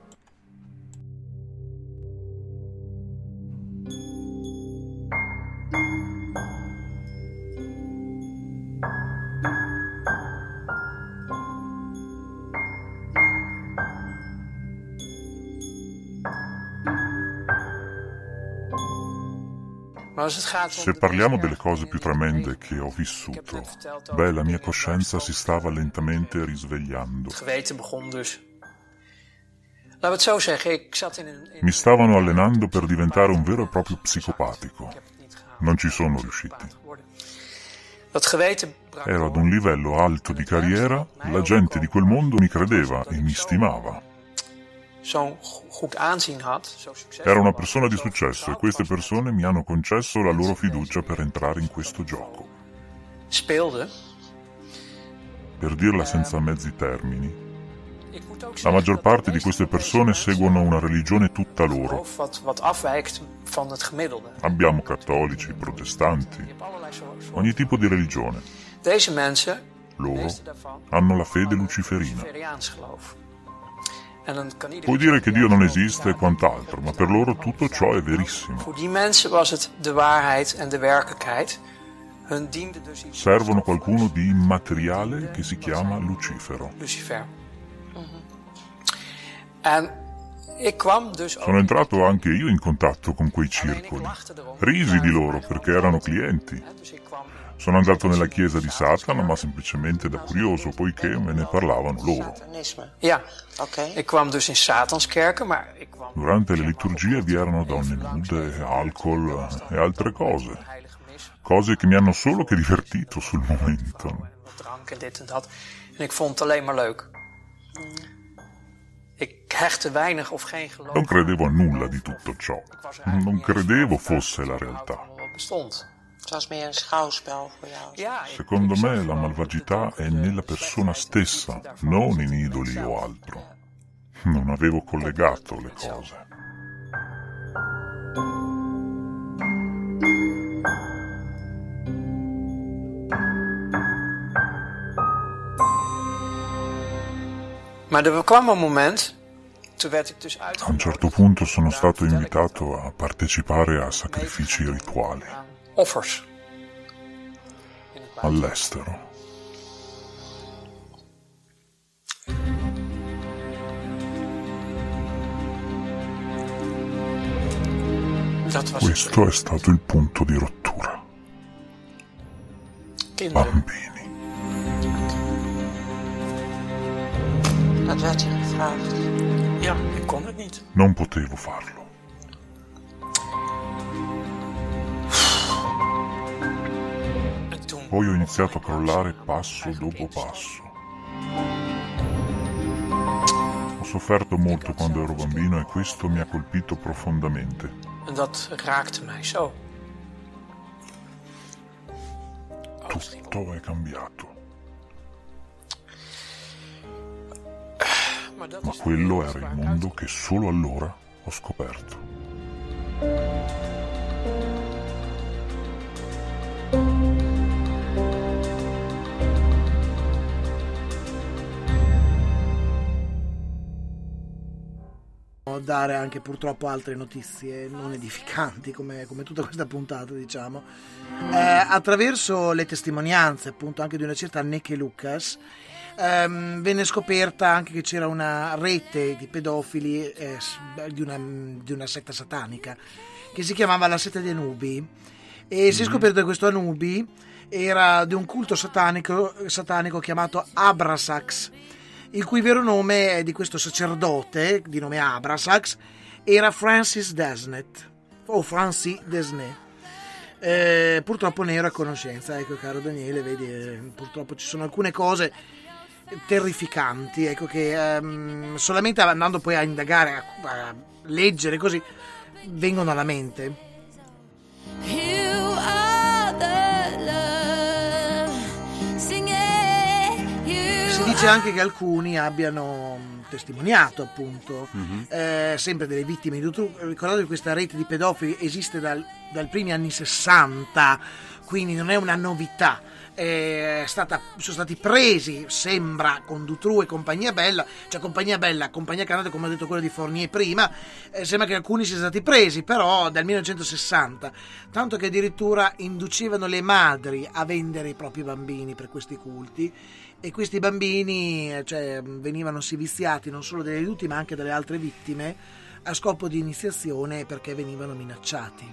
Se parliamo delle cose più tremende che ho vissuto, beh, la mia coscienza si stava lentamente risvegliando. Mi stavano allenando per diventare un vero e proprio psicopatico. Non ci sono riusciti. Ero ad un livello alto di carriera, la gente di quel mondo mi credeva e mi stimava. Era una persona di successo e queste persone mi hanno concesso la loro fiducia per entrare in questo gioco. Per dirla senza mezzi termini, la maggior parte di queste persone seguono una religione tutta loro. Abbiamo cattolici, protestanti, ogni tipo di religione. Loro hanno la fede luciferina. Puoi dire che Dio non esiste e quant'altro, ma per loro tutto ciò è verissimo. Servono qualcuno di immateriale che si chiama Lucifero. Sono entrato anche io in contatto con quei circoli. Risi di loro perché erano clienti. Sono andato nella chiesa di Satana, ma semplicemente da curioso, poiché me ne parlavano loro. Durante le liturgie vi erano donne nude, alcol e altre cose. cose che mi hanno solo che divertito sul momento. Drank en dit en dat. En ik vond het alleen maar leuk. Ik hechtte weinig of geen geloof. Non credevo a nulla di tutto ciò. Non credevo fosse la realtà. Bestond. Het was meer een schouwspel voor jou. Secondo me la malvagità è nella persona stessa, non in idoli o altro. Non avevo collegato le cose. Maar er kwam een moment, toen werd ik dus A un uitgenodigd. certo punto sono stato invitato a partecipare a sacrifici rituali Offers. all'estero. Dat was Questo è stato il punto di rottura. kinderen. Bambini. Dat werd je gevraagd. Ja, ik kon het niet. Non potevo farlo. Poi ho iniziato a crollare passo dopo passo. Ho sofferto molto quando ero bambino e questo mi ha colpito profondamente. En dat raakte mij zo. Tutto è cambiato. Ma quello era il mondo che solo allora ho scoperto. Dare anche purtroppo altre notizie non edificanti come, come tutta questa puntata, diciamo, eh, attraverso le testimonianze appunto anche di una certa Neke Lucas ehm, venne scoperta anche che c'era una rete di pedofili eh, di, una, di una setta satanica che si chiamava la setta di Anubi e mm-hmm. si è scoperto che questo Anubi era di un culto satanico, satanico chiamato Abrasax, il cui vero nome è di questo sacerdote di nome Abrasax era Francis Desnet o Francis Desnet. Eh, purtroppo ne ero a conoscenza, ecco caro Daniele, vedi, eh, purtroppo ci sono alcune cose terrificanti, ecco che ehm, solamente andando poi a indagare, a, a leggere così, vengono alla mente. You are the love, sing it, you Si dice anche che alcuni abbiano testimoniato appunto mm-hmm. eh, sempre delle vittime di Dutroux. Ricordate che questa rete di pedofili esiste dal, dal primi anni sessanta, quindi non è una novità. È stata, sono stati presi, sembra, con Dutroux e Compagnia Bella, cioè Compagnia Bella, Compagnia Canale, come ho detto quello di Fournier prima, eh, sembra che alcuni siano stati presi, però dal millenovecentosessanta, tanto che addirittura inducevano le madri a vendere i propri bambini per questi culti, e questi bambini cioè, venivano sì viziati non solo dagli adulti ma anche dalle altre vittime a scopo di iniziazione perché venivano minacciati.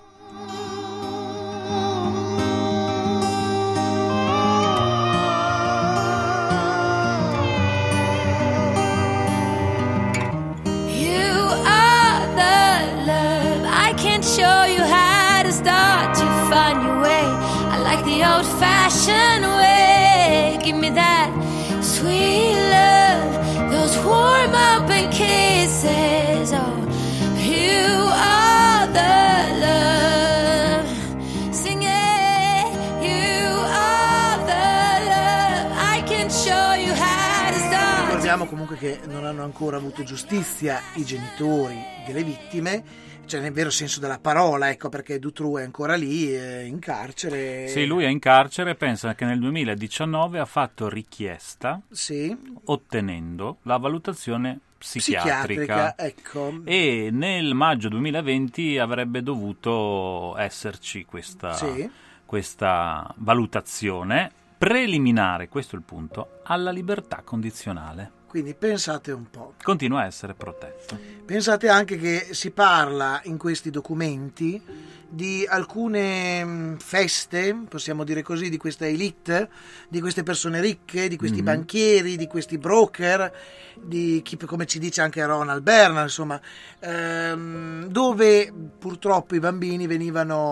Show you how to start to find your way. I like the old-fashioned way. Give me that sweet love, those warm open kisses. Oh, you are the love. Sing it. You are the love. I can show you how to start. Ricordiamo comunque che non hanno ancora avuto giustizia i genitori delle vittime, cioè nel vero senso della parola, ecco, perché Dutroux è ancora lì eh, in carcere. Sì, lui è in carcere, pensa che nel duemiladiciannove ha fatto richiesta sì. ottenendo la valutazione psichiatrica, psichiatrica ecco. E nel maggio duemilaventi avrebbe dovuto esserci questa, sì. questa valutazione preliminare, questo è il punto, alla libertà condizionale. Quindi pensate un po'. Continua a essere protetto. Pensate anche che si parla in questi documenti di alcune feste, possiamo dire così, di questa elite, di queste persone ricche, di questi mm-hmm. banchieri, di questi broker, di chi, come ci dice anche Ronald Bernal, insomma, ehm, dove purtroppo i bambini venivano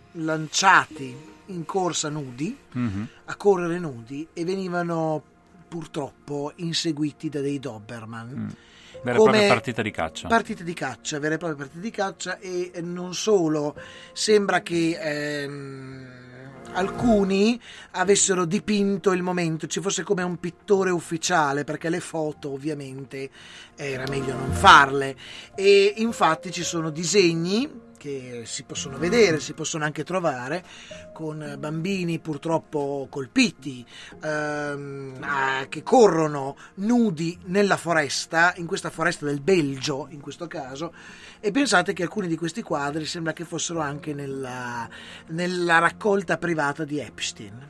lanciati in corsa nudi, mm-hmm. a correre nudi, e venivano purtroppo inseguiti da dei Doberman. Mm. Vera e propria partita di caccia. Partita di caccia, vera e propria partita di caccia, e non solo, sembra che ehm, alcuni avessero dipinto il momento, ci fosse come un pittore ufficiale, perché le foto ovviamente era meglio non farle, e infatti ci sono disegni che si possono vedere, si possono anche trovare, con bambini purtroppo colpiti, ehm, che corrono nudi nella foresta, in questa foresta del Belgio in questo caso, e pensate che alcuni di questi quadri sembra che fossero anche nella, nella raccolta privata di Epstein.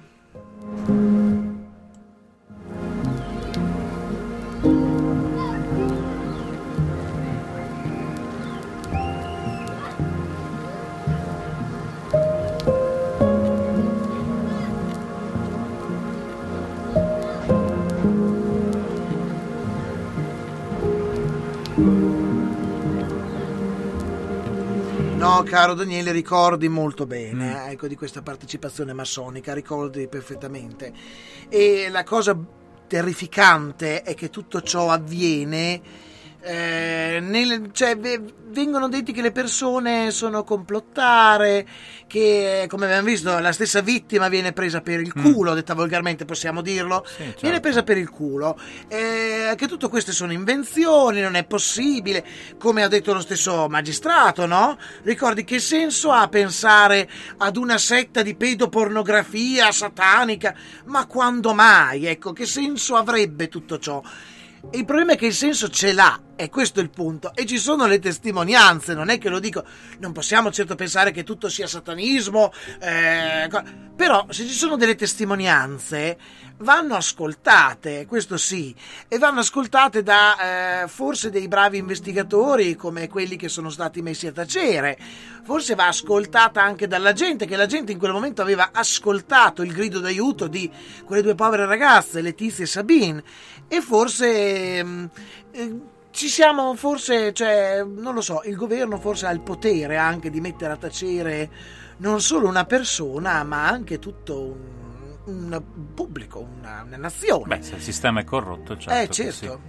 No, caro Daniele, ricordi molto bene, mm. ecco, di questa partecipazione massonica, ricordi perfettamente. E la cosa terrificante è che tutto ciò avviene eh, nel, cioè, vengono detti che le persone sono complottare, che, come abbiamo visto, la stessa vittima viene presa per il culo, mm. detta volgarmente, possiamo dirlo, sì, certo. viene presa per il culo, eh, che tutto queste sono invenzioni, non è possibile, come ha detto lo stesso magistrato, no? Ricordi, che senso ha pensare ad una setta di pedopornografia satanica? Ma quando mai? Ecco, che senso avrebbe tutto ciò? Il problema è che il senso ce l'ha, e questo è il punto, e ci sono le testimonianze, non è che lo dico, non possiamo certo pensare che tutto sia satanismo, eh, però se ci sono delle testimonianze vanno ascoltate, questo sì, e vanno ascoltate da eh, forse dei bravi investigatori come quelli che sono stati messi a tacere, forse va ascoltata anche dalla gente, che la gente in quel momento aveva ascoltato il grido d'aiuto di quelle due povere ragazze, Letizia e Sabine, e forse mh, eh, ci siamo forse, cioè, non lo so, il governo forse ha il potere anche di mettere a tacere non solo una persona, ma anche tutto un un pubblico, una, una nazione. Beh, se il sistema è corrotto, certo. Eh, certo.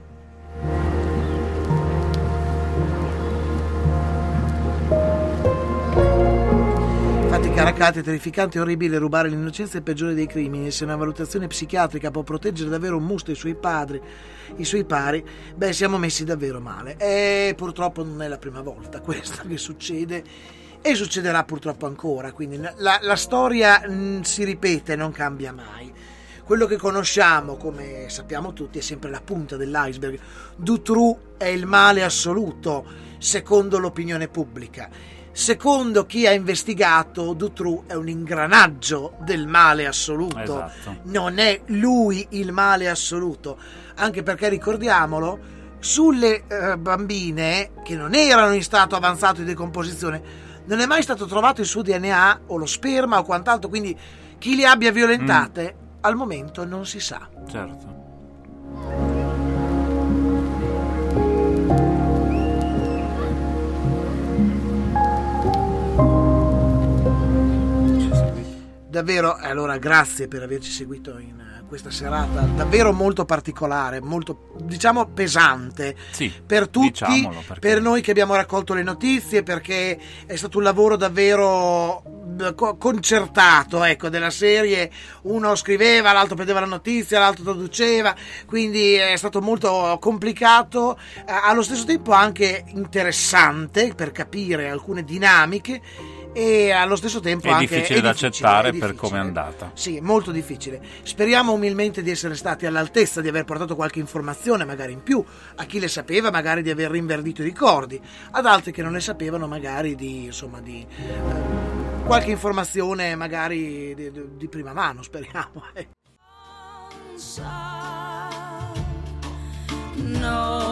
Infatti, Caracate è terrificante e orribile, rubare l'innocenza è il peggiore dei crimini. Se una valutazione psichiatrica può proteggere davvero un mostro e i suoi padri, i suoi pari, beh, siamo messi davvero male. E purtroppo non è la prima volta questa che succede. E succederà purtroppo ancora, quindi la, la storia mh, si ripete, non cambia mai. Quello che conosciamo, come sappiamo tutti, è sempre la punta dell'iceberg. Dutroux è il male assoluto, secondo l'opinione pubblica. Secondo chi ha investigato, Dutroux è un ingranaggio del male assoluto. Esatto. Non è lui il male assoluto, anche perché, ricordiamolo, sulle eh, bambine che non erano in stato avanzato di decomposizione non è mai stato trovato il suo D N A o lo sperma o quant'altro, quindi chi le abbia violentate mm. al momento non si sa. Certo. Davvero, allora, grazie per averci seguito in questa serata davvero molto particolare, molto, diciamo, pesante, sì, per tutti, perché... per noi che abbiamo raccolto le notizie, perché è stato un lavoro davvero concertato, ecco, della serie. Uno scriveva, l'altro prendeva la notizia, l'altro traduceva, quindi è stato molto complicato, allo stesso tempo anche interessante per capire alcune dinamiche, e allo stesso tempo è anche difficile è da difficile, accettare è difficile. Per come è andata. Sì, molto difficile. Speriamo umilmente di essere stati all'altezza, di aver portato qualche informazione magari in più a chi le sapeva, magari di aver rinverdito i ricordi, ad altri che non le sapevano, magari di, insomma, di eh, qualche informazione magari di, di, di prima mano, speriamo. Eh. No.